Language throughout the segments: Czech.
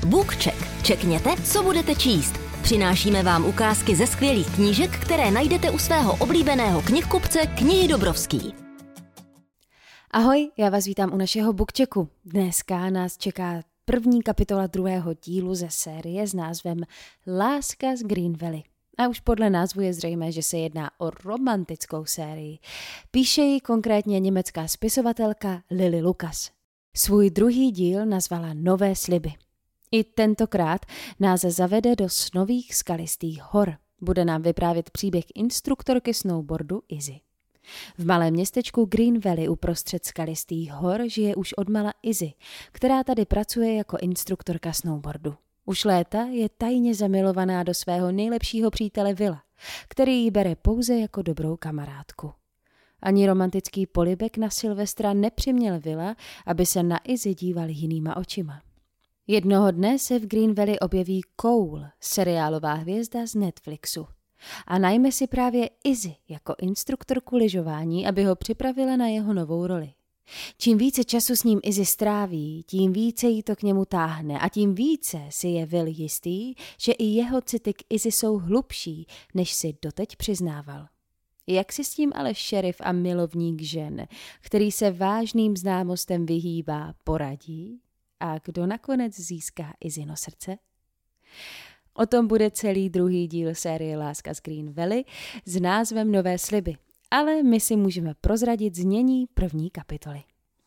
BookCheck. Čekněte, co budete číst. Přinášíme vám ukázky ze skvělých knížek, které najdete u svého oblíbeného knihkupce Knihy Dobrovský. Ahoj, já vás vítám u našeho BookChecku. Dneska nás čeká první kapitola druhého dílu ze série s názvem Láska z Green Valley. A už podle názvu je zřejmé, že se jedná o romantickou sérii. Píše ji konkrétně německá spisovatelka Lily Lucas. Svůj druhý díl nazvala Nové sliby. I tentokrát nás zavede do snových skalistých hor. Bude nám vyprávět příběh instruktorky snowboardu Izzy. V malém městečku Green Valley uprostřed skalistých hor žije už odmala Izzy, která tady pracuje jako instruktorka snowboardu. Už léta je tajně zamilovaná do svého nejlepšího přítele Willa, který ji bere pouze jako dobrou kamarádku. Ani romantický polibek na Silvestra nepřiměl Willa, aby se na Izzy díval jinýma očima. Jednoho dne se v Green Valley objeví Cole, seriálová hvězda z Netflixu. A najme si právě Izzy jako instruktorku lyžování, aby ho připravila na jeho novou roli. Čím více času s ním Izzy stráví, tím více jí to k němu táhne a tím více si je Will jistý, že i jeho city k Izzy jsou hlubší, než si doteď přiznával. Jak si s tím ale šerif a milovník žen, který se vážným známostem vyhýbá, poradí? A kdo nakonec získá Izzyno srdce? O tom bude celý druhý díl série Láska z Green Valley s názvem Nové sliby. Ale my si můžeme prozradit znění první kapitoly.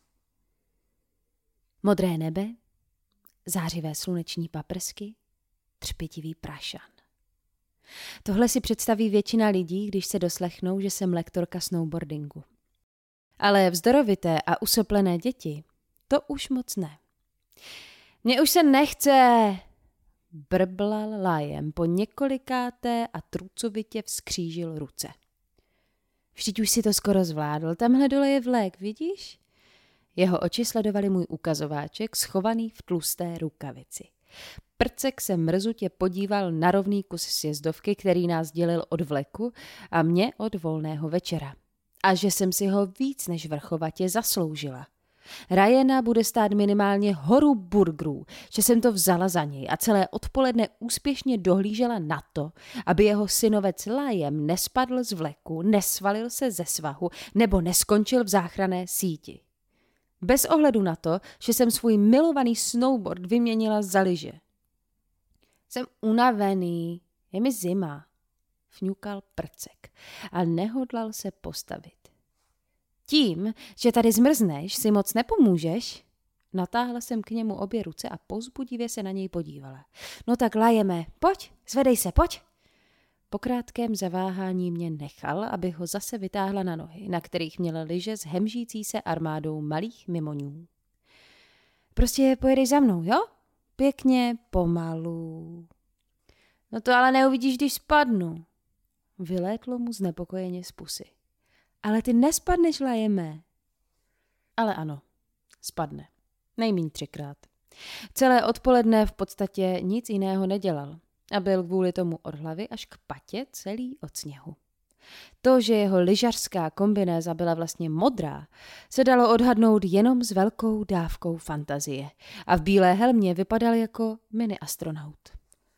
Modré nebe, zářivé sluneční paprsky, třpitivý prašan. Tohle si představí většina lidí, když se doslechnou, že jsem lektorka snowboardingu. Ale vzdorovité a usoplené děti, to už moc ne. Mně už se nechce, brblal Liam po několikáté a trucovitě vzkřížil ruce. Vždyť už si to skoro zvládl, tamhle dole je vlék, vidíš? Jeho oči sledovaly můj ukazováček schovaný v tlusté rukavici. Prcek se mrzutě podíval na rovný kus sjezdovky, který nás dělil od vleku a mě od volného večera. A že jsem si ho víc než vrchovatě zasloužila. Ryana bude stát minimálně horu burgerů, že jsem to vzala za něj a celé odpoledne úspěšně dohlížela na to, aby jeho synovec Liam nespadl z vleku, nesvalil se ze svahu nebo neskončil v záchranné síti. Bez ohledu na to, že jsem svůj milovaný snowboard vyměnila za lyže. Jsem unavený, je mi zima, fňukal Prcek a nehodlal se postavit. Tím, že tady zmrzneš, si moc nepomůžeš? Natáhla jsem k němu obě ruce a povzbudivě se na něj podívala. No tak Liame, pojď, zvedej se, pojď. Po krátkém zaváhání mě nechal, abych ho zase vytáhla na nohy, na kterých měl lyže s hemžící se armádou malých mimoňů. Prostě pojedeš za mnou, jo? Pěkně, pomalu. No to ale neuvidíš, když spadnu. Vylétlo mu znepokojeně z pusy. Ale ty nespadneš, Liame. Ale ano, spadne. Nejmíň 3krát. Celé odpoledne v podstatě nic jiného nedělal a byl kvůli tomu od hlavy až k patě celý od sněhu. To, že jeho lyžařská kombinéza byla vlastně modrá, se dalo odhadnout jenom s velkou dávkou fantazie a v bílé helmě vypadal jako mini-astronaut.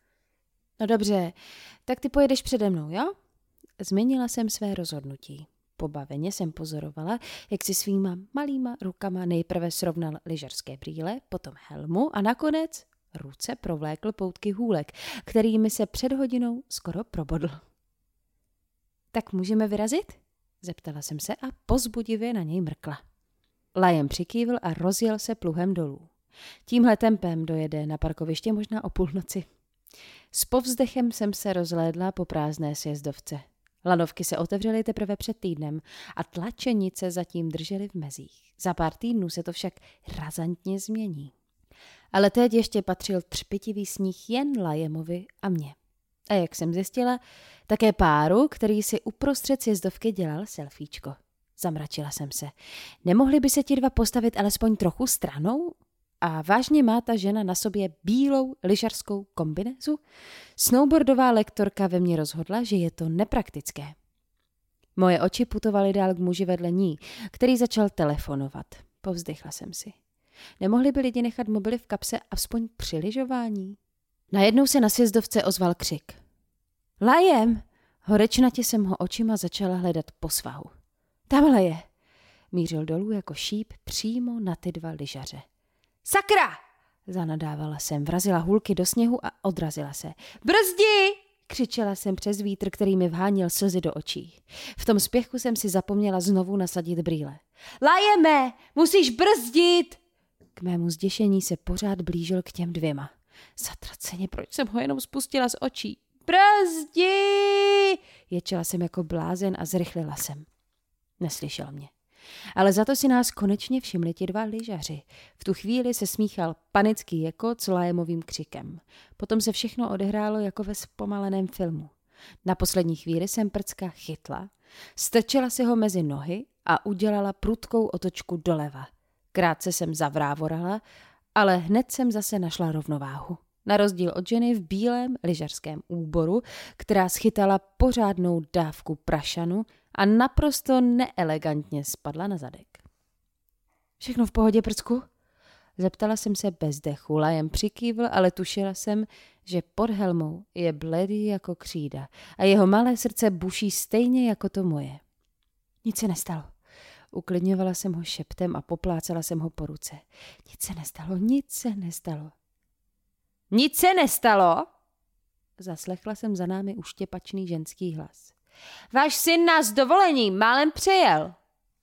No dobře, tak ty pojedeš přede mnou, jo? Změnila jsem své rozhodnutí. Pobaveně jsem pozorovala, jak si svýma malýma rukama nejprve srovnal lyžařské brýle, potom helmu a nakonec ruce provlékl poutky hůlek, kterými se před hodinou skoro probodl. Tak můžeme vyrazit? Zeptala jsem se a povzbudivě na něj mrkla. Liam přikývl a rozjel se pluhem dolů. Tímhle tempem dojede na parkoviště možná o půlnoci. S povzdechem jsem se rozhlédla po prázdné sjezdovce. Lanovky se otevřely teprve před týdnem a tlačenice zatím držely v mezích. Za pár týdnů se to však razantně změní. Ale teď ještě patřil třpitivý sníh jen Liamovi a mně. A jak jsem zjistila, také páru, který si uprostřed sjezdovky dělal selfiečko. Zamračila jsem se. Nemohli by se ti dva postavit alespoň trochu stranou? A vážně má ta žena na sobě bílou lyžařskou kombinézu? Snowboardová lektorka ve mně rozhodla, že je to nepraktické. Moje oči putovaly dál k muži vedle ní, který začal telefonovat. Povzdychla jsem si. Nemohli by lidi nechat mobily v kapse aspoň při lyžování? Najednou se na sjezdovce ozval křik. Liam! Horečnatě jsem ho očima začala hledat po svahu. Tamhle je! Mířil dolů jako šíp přímo na ty dva lyžaře. Sakra! Zanadávala jsem, vrazila hůlky do sněhu a odrazila se. Brzdi! Křičela jsem přes vítr, který mi vhánil slzy do očí. V tom spěchu jsem si zapomněla znovu nasadit brýle. Lajeme! Musíš brzdit! K mému zděšení se pořád blížil k těm dvěma. Zatraceně, proč jsem ho jenom spustila z očí? Brzdi! Ječela jsem jako blázen a zrychlila jsem. Neslyšel mě. Ale za to si nás konečně všimli ti dva lyžaři. V tu chvíli se smíchal panický jekot s Liamovým křikem. Potom se všechno odehrálo jako ve zpomaleném filmu. Na poslední chvíli jsem prcka chytla, strčela si ho mezi nohy a udělala prudkou otočku doleva. Krátce jsem zavrávorala, ale hned jsem zase našla rovnováhu. Na rozdíl od ženy v bílém lyžařském úboru, která schytala pořádnou dávku prašanu a naprosto neelegantně spadla na zadek. Všechno v pohodě, prcku? Zeptala jsem se bez dechu. Liam přikývl, ale tušila jsem, že pod helmou je bledý jako křída a jeho malé srdce buší stejně jako to moje. Nic se nestalo. Uklidňovala jsem ho šeptem a poplácala jsem ho po ruce. Nic se nestalo, nic se nestalo. Nic se nestalo? Zaslechla jsem za námi uštěpačný ženský hlas. Váš syn nás s dovolením málem přejel.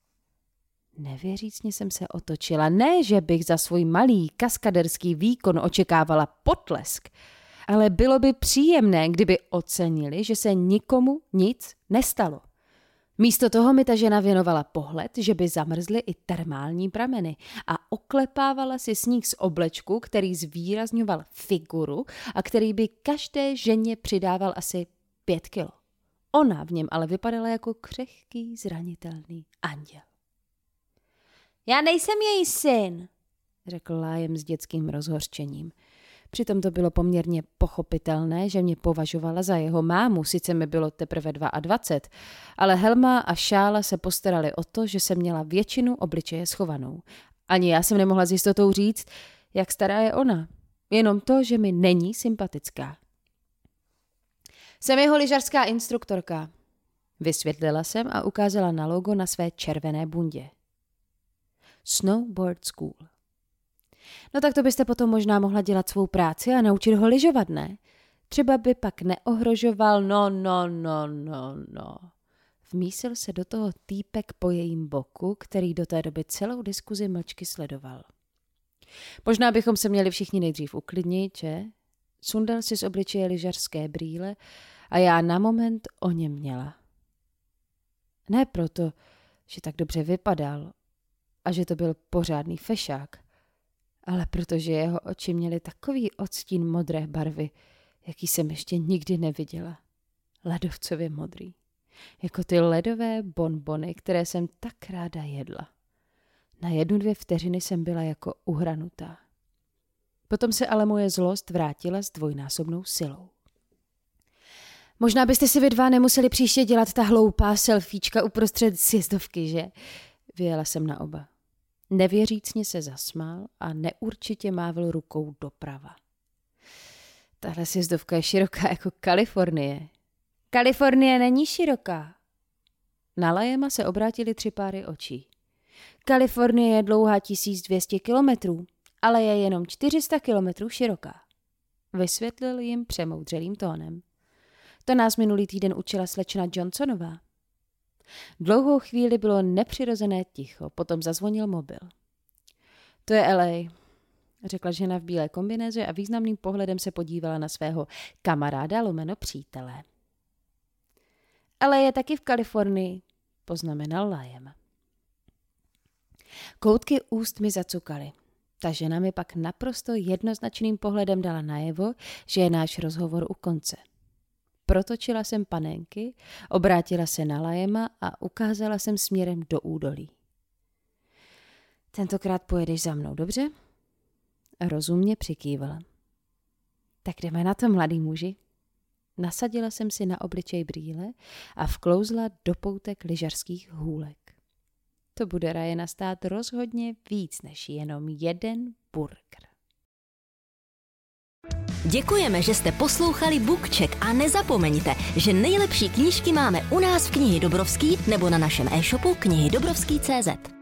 Nevěřícně jsem se otočila. Ne, že bych za svůj malý kaskaderský výkon očekávala potlesk, ale bylo by příjemné, kdyby ocenili, že se nikomu nic nestalo. Místo toho mi ta žena věnovala pohled, že by zamrzly i termální prameny a oklepávala si sníh z oblečku, který zvýrazňoval figuru a který by každé ženě přidával asi 5 kilo. Ona v něm ale vypadala jako křehký, zranitelný anděl. Já nejsem její syn, řekl Liam s dětským rozhořčením. Přitom to bylo poměrně pochopitelné, že mě považovala za jeho mámu, sice mi bylo teprve 22, ale helma a šála se postarali o to, že jsem měla většinu obličeje schovanou. Ani já jsem nemohla s jistotou říct, jak stará je ona. Jenom to, že mi není sympatická. Jsem jeho lyžařská instruktorka. Vysvětlila jsem a ukázala na logo na své červené bundě. Snowboard School. No tak to byste potom možná mohla dělat svou práci a naučit ho lyžovat, ne? Třeba by pak neohrožoval, no. Vmísil se do toho týpek po jejím boku, který do té doby celou diskuzi mlčky sledoval. Možná bychom se měli všichni nejdřív uklidnit, že? Sundal si z obličeje lyžařské brýle a já na moment o něm měla. Ne proto, že tak dobře vypadal a že to byl pořádný fešák, ale protože jeho oči měly takový odstín modré barvy, jaký jsem ještě nikdy neviděla. Ledovcově modrý. Jako ty ledové bonbony, které jsem tak ráda jedla. Na 1-2 vteřiny jsem byla jako uhranutá. Potom se ale moje zlost vrátila s dvojnásobnou silou. Možná byste si vy dva nemuseli příště dělat ta hloupá selfiečka uprostřed sjezdovky, že? Vyjela jsem na oba. Nevěřícně se zasmál a neurčitě mávl rukou doprava. Tahle sjezdovka je široká jako Kalifornie. Kalifornie není široká. Na Liama se obrátily 3 páry očí. Kalifornie je dlouhá 1200 kilometrů, ale je jenom 400 kilometrů široká. Vysvětlil jim přemoudřelým tónem. To nás minulý týden učila slečna Johnsonová. Dlouhou chvíli bylo nepřirozené ticho, potom zazvonil mobil. To je LA, řekla žena v bílé kombinéze a významným pohledem se podívala na svého kamaráda lomeno přítele. LA je taky v Kalifornii, poznamenal Liam. Koutky úst mi zacukaly. Ta žena mi pak naprosto jednoznačným pohledem dala najevo, že je náš rozhovor u konce. Protočila jsem panenky, obrátila se na Liama a ukázala jsem směrem do údolí. Tentokrát pojedeš za mnou, dobře? Rozumně přikývala. Tak jdeme na to, mladý muži. Nasadila jsem si na obličej brýle a vklouzla do poutek lyžařských hůlek. to bude Ryana stát rozhodně víc než jenom jeden burger. Děkujeme, že jste poslouchali BookCheck a nezapomeňte, že nejlepší knížky máme u nás v Knihy Dobrovský nebo na našem e-shopu knihydobrovský.cz.